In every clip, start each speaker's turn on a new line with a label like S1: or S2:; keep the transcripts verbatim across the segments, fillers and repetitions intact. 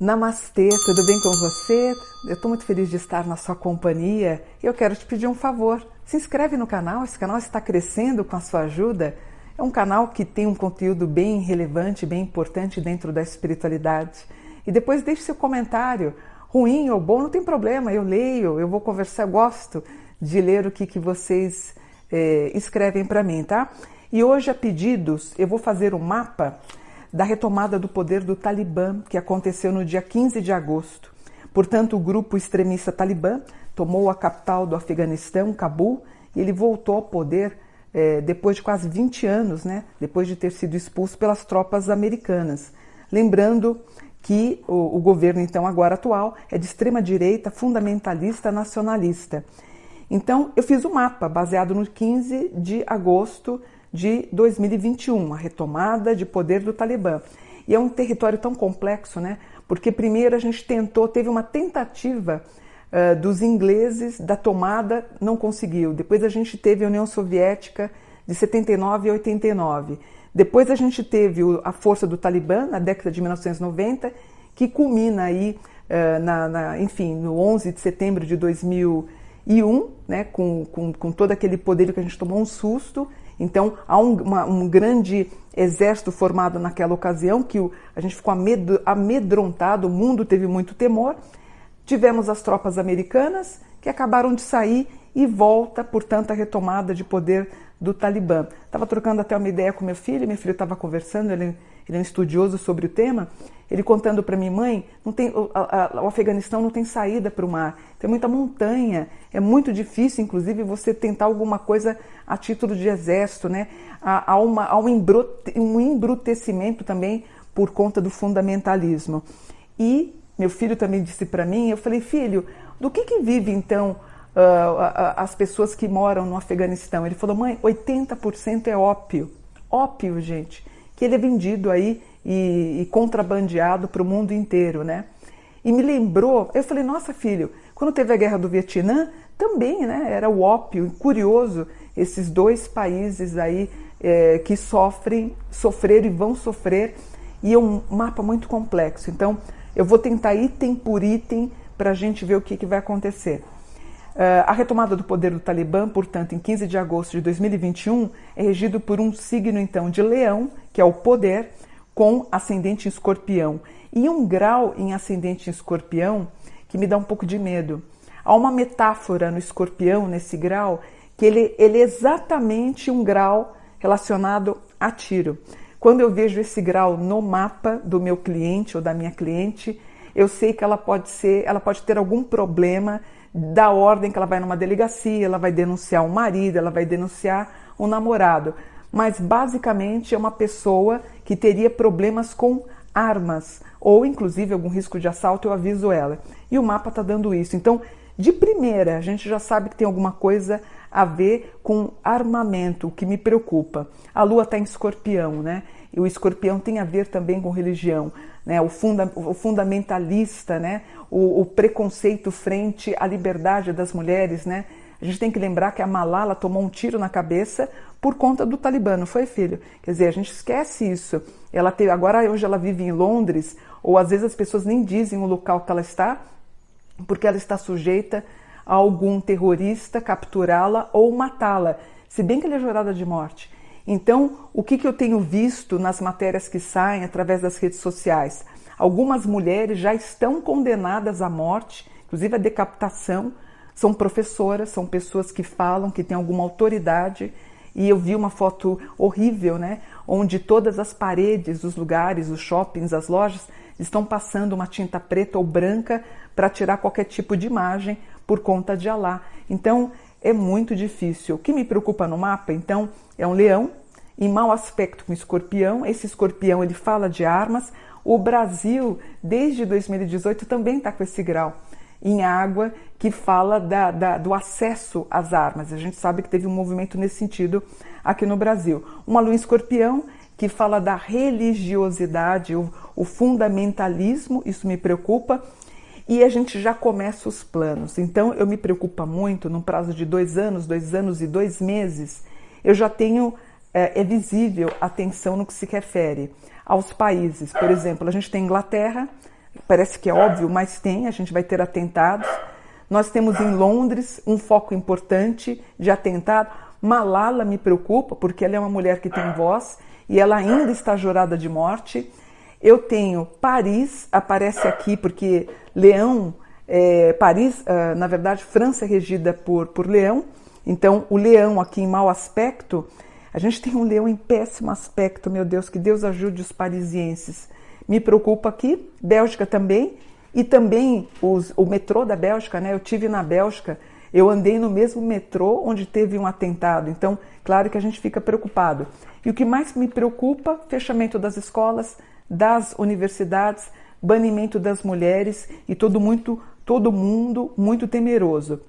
S1: Namastê, tudo bem com você? Eu estou muito feliz de estar na sua companhia e eu quero te pedir um favor. Se inscreve no canal, esse canal está crescendo com a sua ajuda. É um canal que tem um conteúdo bem relevante, bem importante dentro da espiritualidade. E depois deixe seu comentário, ruim ou bom, não tem problema, eu leio, eu vou conversar, eu gosto de ler o que, que vocês é, escrevem para mim, tá? E hoje, a pedidos, eu vou fazer um mapa da retomada do poder do Talibã, que aconteceu no dia quinze de agosto. Portanto, o grupo extremista Talibã tomou a capital do Afeganistão, Cabul, e ele voltou ao poder eh, depois de quase vinte anos, né? Depois de ter sido expulso pelas tropas americanas. Lembrando que o, o governo, então, agora atual, é de extrema-direita, fundamentalista, nacionalista. Então, eu fiz um mapa baseado no quinze de agosto de dois mil e vinte e um, a retomada de poder do Talibã. E é um território tão complexo, né? Porque primeiro a gente tentou, teve uma tentativa uh, dos ingleses da tomada, não conseguiu. Depois a gente teve a União Soviética de setenta e nove a oitenta e nove. Depois a gente teve a força do Talibã na década de mil novecentos e noventa, que culmina aí, uh, na, na, enfim, no onze de setembro de dois mil e um, né? Com, com, com todo aquele poder que a gente tomou um susto. Então, há um, uma, um grande exército formado naquela ocasião, que o, a gente ficou amedrontado, o mundo teve muito temor. Tivemos as tropas americanas, que acabaram de sair, e volta, portanto, a retomada de poder do Talibã. Estava trocando até uma ideia com meu filho, meu filho estava conversando, ele, ele é um estudioso sobre o tema, ele contando para mim, mãe, não tem, o, a, o Afeganistão não tem saída para o mar, tem muita montanha, é muito difícil, inclusive, você tentar alguma coisa a título de exército, né? Há, há, uma, há um, embrute, um embrutecimento também por conta do fundamentalismo. E meu filho também disse para mim, eu falei, filho, do que que vive então uh, as pessoas que moram no Afeganistão? Ele falou, mãe, oitenta por cento é ópio. Ópio, gente, que ele é vendido aí e, e contrabandeado para o mundo inteiro, né? E me lembrou, eu falei, nossa, filho, quando teve a guerra do Vietnã, também, né, era o ópio. Curioso, esses dois países aí é, que sofrem, sofreram e vão sofrer, e é um mapa muito complexo. Então, eu vou tentar item por item para a gente ver o que, que vai acontecer. Uh, a retomada do poder do Talibã, portanto, em quinze de agosto de dois mil e vinte e um, é regido por um signo, então, de leão, que é o poder, com ascendente em escorpião. E um grau em ascendente em escorpião que me dá um pouco de medo. Há uma metáfora no escorpião, nesse grau, que ele, ele é exatamente um grau relacionado a tiro. Quando eu vejo esse grau no mapa do meu cliente ou da minha cliente, eu sei que ela pode ser, ela pode ter algum problema da ordem que ela vai numa delegacia, ela vai denunciar um marido, ela vai denunciar um namorado. Mas basicamente é uma pessoa que teria problemas com armas, ou inclusive algum risco de assalto, eu aviso ela. E o mapa está dando isso. Então, de primeira, a gente já sabe que tem alguma coisa a ver com armamento, o que me preocupa. A lua está em escorpião, né? E o escorpião tem a ver também com religião, né? O, funda, o fundamentalista, né? O, o preconceito frente à liberdade das mulheres, né? A gente tem que lembrar que a Malala tomou um tiro na cabeça por conta do Talibã, não foi, filho? Quer dizer, a gente esquece isso. Ela teve, agora, hoje ela vive em Londres, ou às vezes as pessoas nem dizem o local que ela está, porque ela está sujeita a algum terrorista capturá-la ou matá-la, se bem que ela é jurada de morte. Então, o que, que eu tenho visto nas matérias que saem através das redes sociais? Algumas mulheres já estão condenadas à morte, inclusive a decapitação. São professoras, são pessoas que falam, que têm alguma autoridade. E eu vi uma foto horrível, né? Onde todas as paredes dos lugares, os shoppings, as lojas, estão passando uma tinta preta ou branca para tirar qualquer tipo de imagem por conta de Alá. Então, é muito difícil. O que me preocupa no mapa, então, é um leão em mau aspecto com escorpião. Esse escorpião, ele fala de armas. O Brasil, desde dois mil e dezoito, também está com esse grau em água, que fala da, da, do acesso às armas. A gente sabe que teve um movimento nesse sentido aqui no Brasil. Uma lua em escorpião, que fala da religiosidade, o, o fundamentalismo, isso me preocupa, e a gente já começa os planos. Então, eu me preocupa muito, num prazo de dois anos, dois anos e dois meses, eu já tenho, é, é visível a tensão no que se refere aos países. Por exemplo, a gente tem Inglaterra, parece que é óbvio, mas tem, a gente vai ter atentados. Nós temos em Londres um foco importante de atentado. Malala me preocupa, porque ela é uma mulher que tem voz e ela ainda está jurada de morte. Eu tenho Paris, aparece aqui porque Leão, é, Paris, uh, na verdade, França é regida por, por Leão. Então, o leão aqui em mau aspecto, a gente tem um leão em péssimo aspecto, meu Deus, que Deus ajude os parisienses. Me preocupa aqui, Bélgica também, e também os, o metrô da Bélgica, né? Eu tive na Bélgica, eu andei no mesmo metrô onde teve um atentado, então, claro que a gente fica preocupado. E o que mais me preocupa, fechamento das escolas, das universidades, banimento das mulheres e todo, muito, todo mundo muito temeroso.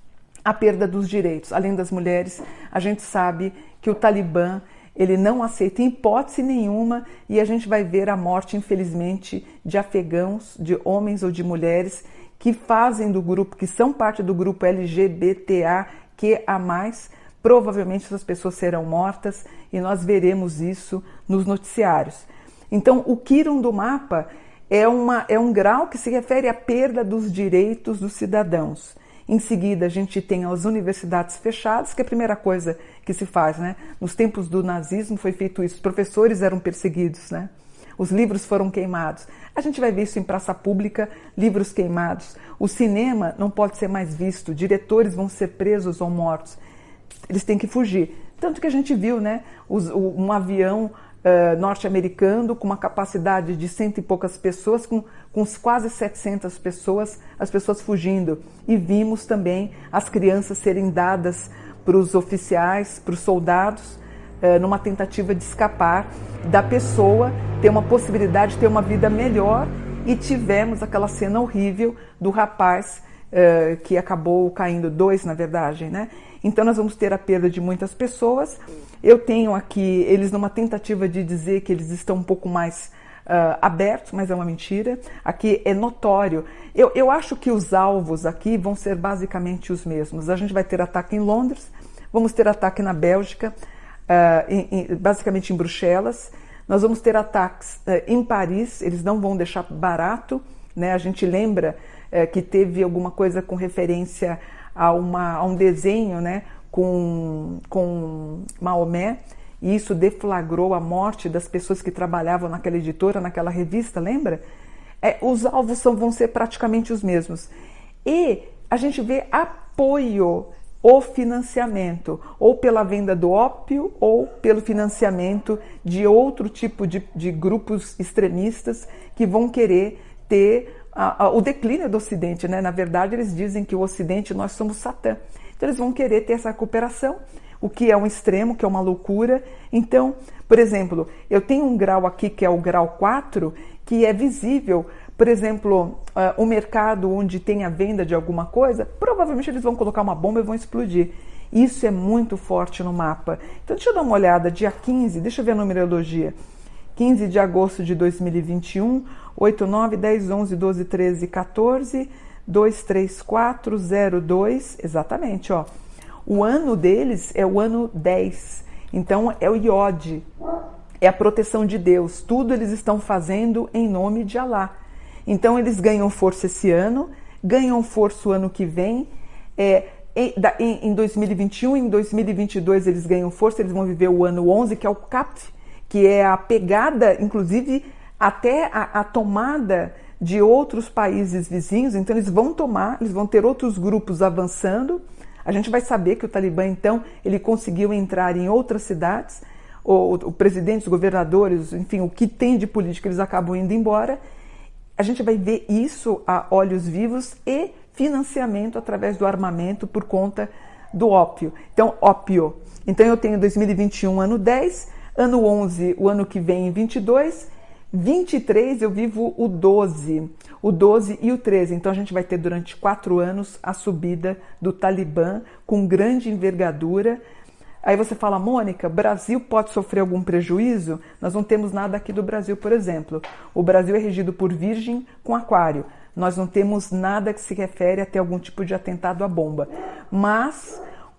S1: A perda dos direitos, além das mulheres, a gente sabe que o Talibã, ele não aceita em hipótese nenhuma e a gente vai ver a morte, infelizmente, de afegãos, de homens ou de mulheres que fazem do grupo, que são parte do grupo L G B T A Q A mais, provavelmente essas pessoas serão mortas e nós veremos isso nos noticiários. Então, o Quirum do mapa é, uma, é um grau que se refere à perda dos direitos dos cidadãos. Em seguida, a gente tem as universidades fechadas, que é a primeira coisa que se faz, né? Nos tempos do nazismo foi feito isso, os professores eram perseguidos, né? Os livros foram queimados. A gente vai ver isso em praça pública, livros queimados. O cinema não pode ser mais visto, diretores vão ser presos ou mortos. Eles têm que fugir. Tanto que a gente viu, né? Os, um avião uh, norte-americano com uma capacidade de cento e poucas pessoas, com, com quase setecentas pessoas, as pessoas fugindo. E vimos também as crianças serem dadas para os oficiais, para os soldados, uh, numa tentativa de escapar da pessoa, ter uma possibilidade de ter uma vida melhor. E tivemos aquela cena horrível do rapaz uh, que acabou caindo, dois na verdade, né? Então nós vamos ter a perda de muitas pessoas. Eu tenho aqui eles numa tentativa de dizer que eles estão um pouco mais uh, abertos, mas é uma mentira. Aqui é notório. Eu, eu acho que os alvos aqui vão ser basicamente os mesmos. A gente vai ter ataque em Londres, vamos ter ataque na Bélgica, uh, em, em, basicamente em Bruxelas. Nós vamos ter ataques uh, em Paris, eles não vão deixar barato, né? A gente lembra uh, que teve alguma coisa com referência a, uma, a um desenho, né, com, com Maomé, e isso deflagrou a morte das pessoas que trabalhavam naquela editora, naquela revista, lembra? É, os alvos são, vão ser praticamente os mesmos. E a gente vê apoio ou financiamento, ou pela venda do ópio, ou pelo financiamento de outro tipo de, de grupos extremistas que vão querer ter a, a, o declínio do Ocidente, né? Na verdade, eles dizem que o Ocidente, nós somos Satã. Então, eles vão querer ter essa recuperação, o que é um extremo, que é uma loucura. Então, por exemplo, eu tenho um grau aqui, que é o grau quatro, que é visível. Por exemplo, uh, um mercado onde tem a venda de alguma coisa, provavelmente eles vão colocar uma bomba e vão explodir. Isso é muito forte no mapa. Então, deixa eu dar uma olhada, dia quinze, deixa eu ver a numerologia. quinze de agosto de dois mil e vinte e um, oito, nove, dez, onze, doze, treze, quatorze, dois, três, quatro, zero, dois, exatamente, ó. O ano deles é o ano dez, então é o Iode, é a proteção de Deus, tudo eles estão fazendo em nome de Alá. Então eles ganham força esse ano, ganham força o ano que vem, é, em, em dois mil e vinte e um, em dois mil e vinte e dois eles ganham força, eles vão viver o ano onze, que é o Capf, que é a pegada, inclusive, até a, a tomada de outros países vizinhos. Então eles vão tomar, eles vão ter outros grupos avançando. A gente vai saber que o Talibã, então, ele conseguiu entrar em outras cidades, o, o presidente, os governadores, enfim, o que tem de política, eles acabam indo embora. A gente vai ver isso a olhos vivos e financiamento através do armamento por conta do ópio. Então, ópio. Então eu tenho dois mil e vinte e um, ano dez, ano onze, o ano que vem, vinte e dois, vinte e três eu vivo o doze, o doze e o treze. Então a gente vai ter durante quatro anos a subida do Talibã com grande envergadura. Aí você fala, Mônica, Brasil pode sofrer algum prejuízo? Nós não temos nada aqui do Brasil, por exemplo. O Brasil é regido por Virgem com Aquário. Nós não temos nada que se refere a ter algum tipo de atentado à bomba. Mas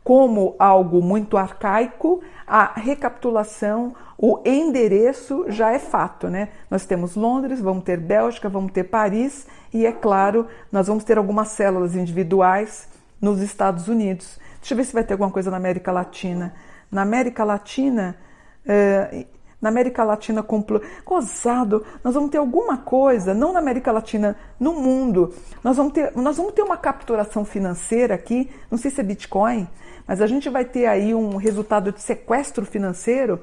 S1: como algo muito arcaico, a recapitulação, o endereço já é fato, né? Nós temos Londres, vamos ter Bélgica, vamos ter Paris e, é claro, nós vamos ter algumas células individuais nos Estados Unidos. Deixa eu ver se vai ter alguma coisa na América Latina. Na América Latina, eh, na América Latina, complo... gozado, nós vamos ter alguma coisa, não na América Latina, no mundo. Nós vamos ter, nós vamos ter uma capturação financeira aqui, não sei se é Bitcoin, mas a gente vai ter aí um resultado de sequestro financeiro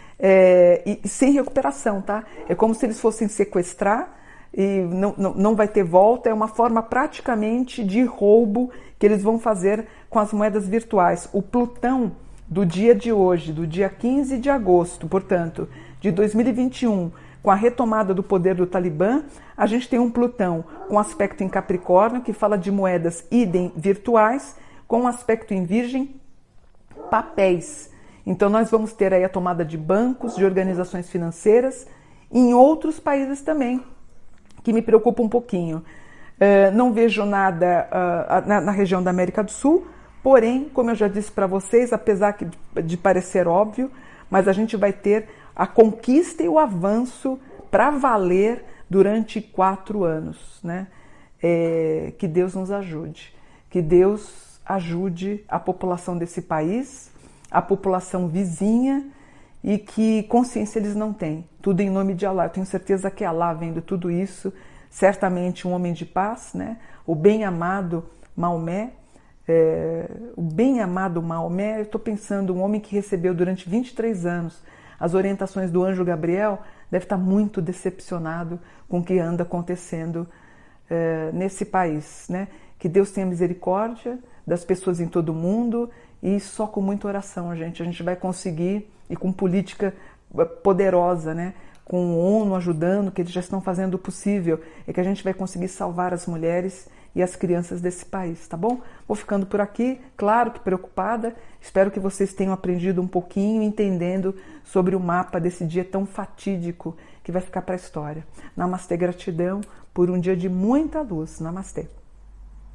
S1: é, e, e sem recuperação, tá? É como se eles fossem sequestrar e não, não, não vai ter volta, é uma forma praticamente de roubo que eles vão fazer com as moedas virtuais. O Plutão do dia de hoje, do dia quinze de agosto, portanto, de dois mil e vinte e um, com a retomada do poder do Talibã, a gente tem um Plutão com aspecto em Capricórnio, que fala de moedas idem virtuais, com aspecto em Virgem, papéis. Então nós vamos ter aí a tomada de bancos, de organizações financeiras, em outros países também, que me preocupa um pouquinho. Uh, não vejo nada uh, na, na região da América do Sul, porém, como eu já disse para vocês, apesar de parecer óbvio, mas a gente vai ter a conquista e o avanço para valer durante quatro anos, né? É, que Deus nos ajude, que Deus ajude a população desse país, a população vizinha, e que consciência eles não têm. Tudo em nome de Allah. Eu tenho certeza que Allah, vendo tudo isso, certamente um homem de paz, né? O bem-amado Maomé, é, o bem-amado Maomé, eu estou pensando, um homem que recebeu durante vinte e três anos as orientações do anjo Gabriel, deve estar muito decepcionado com o que anda acontecendo é, nesse país, né? Que Deus tenha misericórdia das pessoas em todo o mundo, e só com muita oração, gente, a gente vai conseguir, e com política poderosa, né? Com o ONU ajudando, que eles já estão fazendo o possível, é que a gente vai conseguir salvar as mulheres e as crianças desse país, tá bom? Vou ficando por aqui, claro que preocupada, espero que vocês tenham aprendido um pouquinho, entendendo sobre o mapa desse dia tão fatídico que vai ficar para a história. Namastê, gratidão por um dia de muita luz. Namastê.